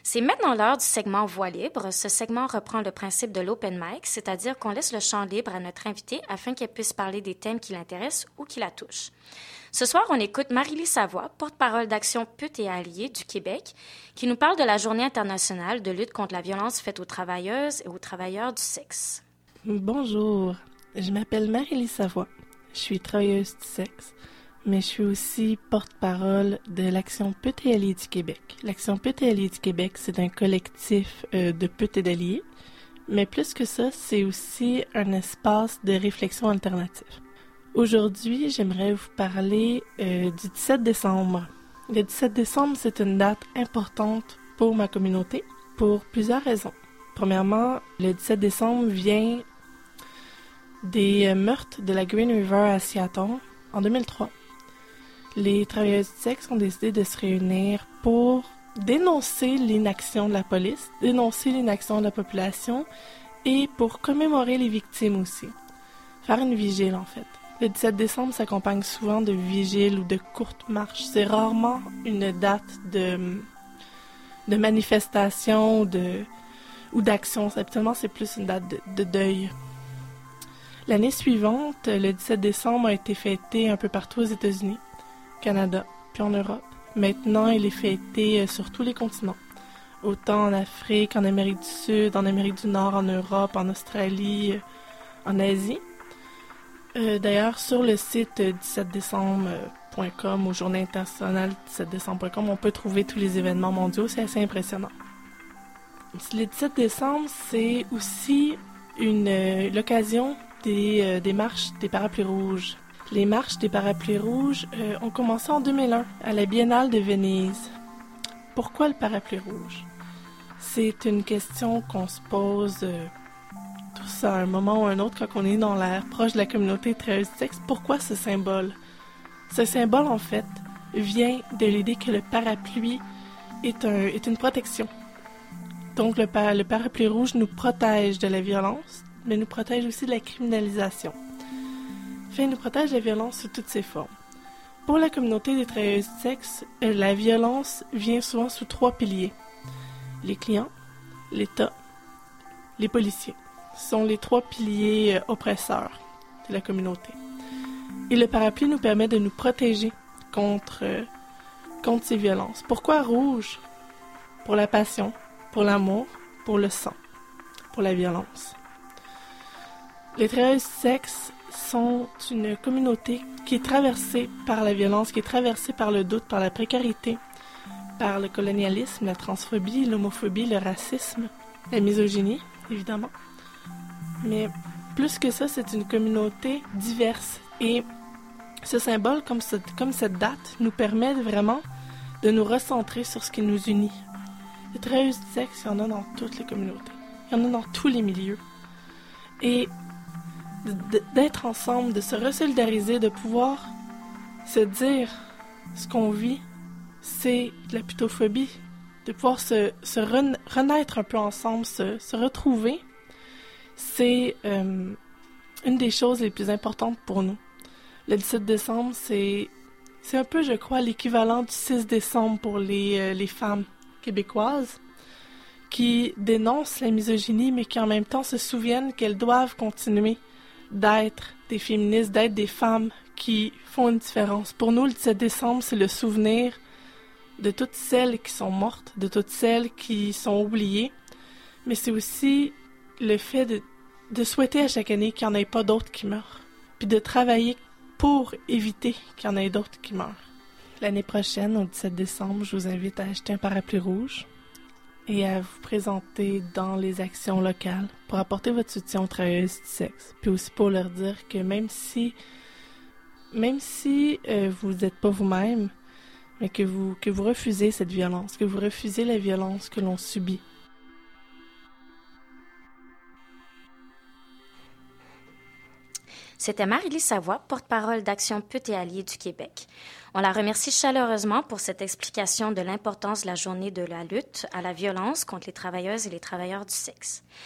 C'est maintenant l'heure du segment Voix libre. Ce segment reprend le principe de l'open mic, c'est-à-dire qu'on laisse le champ libre à notre invité afin qu'elle puisse parler des thèmes qui l'intéressent ou qui la touchent. Ce soir, on écoute Marie-Lise Savoie, porte-parole d'Action Putes et Alliés du Québec, qui nous parle de la Journée internationale de lutte contre la violence faite aux travailleuses et aux travailleurs du sexe. Bonjour, je m'appelle Marie-Lise Savoie. Je suis travailleuse du sexe, mais je suis aussi porte-parole de l'Action Putes et Alliés du Québec. L'Action Putes et Alliés du Québec, c'est un collectif de putes et d'alliés, mais plus que ça, c'est aussi un espace de réflexion alternative. Aujourd'hui, j'aimerais vous parler du 17 décembre. Le 17 décembre, c'est une date importante pour ma communauté pour plusieurs raisons. Premièrement, le 17 décembre vient des meurtres de la Green River à Seattle en 2003. Les travailleuses du sexe ont décidé de se réunir pour dénoncer l'inaction de la police, dénoncer l'inaction de la population et pour commémorer les victimes aussi. Faire une vigile en fait. Le 17 décembre s'accompagne souvent de vigiles ou de courtes marches. C'est rarement une date de manifestation ou d'action. Habituellement, c'est plus une date de deuil. L'année suivante, le 17 décembre a été fêté un peu partout aux États-Unis, au Canada, puis en Europe. Maintenant, il est fêté sur tous les continents. Autant en Afrique, en Amérique du Sud, en Amérique du Nord, en Europe, en Australie, en Asie. D'ailleurs, sur le site 17décembre.com ou Journée internationale 17décembre.com, on peut trouver tous les événements mondiaux. C'est assez impressionnant. Le 17 décembre, c'est aussi l'occasion des marches des parapluies rouges. Les marches des parapluies rouges ont commencé en 2001 à la Biennale de Venise. Pourquoi le parapluie rouge? C'est une question qu'on se pose tous à un moment ou un autre quand on est dans l'air proche de la communauté travailleuse du sexe. Pourquoi ce symbole? Ce symbole, en fait, vient de l'idée que le parapluie est une protection. Donc, le parapluie rouge nous protège de la violence, mais nous protège aussi de la criminalisation. Enfin, il nous protège de la violence sous toutes ses formes. Pour la communauté des travailleuses du sexe, la violence vient souvent sous 3 piliers. Les clients, l'État, les policiers. Ce sont les 3 piliers oppresseurs de la communauté. Et le parapluie nous permet de nous protéger contre ces violences. Pourquoi rouge? Pour la passion, pour l'amour, pour le sang, pour la violence. Les travailleuses du sexe sont une communauté qui est traversée par la violence, qui est traversée par le doute, par la précarité, par le colonialisme, la transphobie, l'homophobie, le racisme, la misogynie, évidemment. Mais plus que ça, c'est une communauté diverse. Et ce symbole, comme cette date, nous permet vraiment de nous recentrer sur ce qui nous unit. Les travailleuses du sexe, il y en a dans toutes les communautés. Il y en a dans tous les milieux. Et d'être ensemble, de se resolidariser, de pouvoir se dire ce qu'on vit, c'est de la putophobie. De pouvoir se renaître un peu ensemble, se retrouver, c'est une des choses les plus importantes pour nous. Le 17 décembre, c'est un peu, je crois, l'équivalent du 6 décembre pour les femmes québécoises qui dénoncent la misogynie, mais qui en même temps se souviennent qu'elles doivent continuer d'être des féministes, d'être des femmes qui font une différence. Pour nous, le 17 décembre, c'est le souvenir de toutes celles qui sont mortes, de toutes celles qui sont oubliées, mais c'est aussi le fait de souhaiter à chaque année qu'il n'y en ait pas d'autres qui meurent, puis de travailler pour éviter qu'il y en ait d'autres qui meurent. L'année prochaine, au 17 décembre, je vous invite à acheter un parapluie rouge et à vous présenter dans les actions locales pour apporter votre soutien aux travailleuses du sexe, puis aussi pour leur dire que même si vous n'êtes pas vous-même, mais que vous refusez cette violence, que vous refusez la violence que l'on subit. C'était Marie-Lise Savoie, porte-parole d'Action Putes et Alliés du Québec. On la remercie chaleureusement pour cette explication de l'importance de la journée de la lutte à la violence contre les travailleuses et les travailleurs du sexe.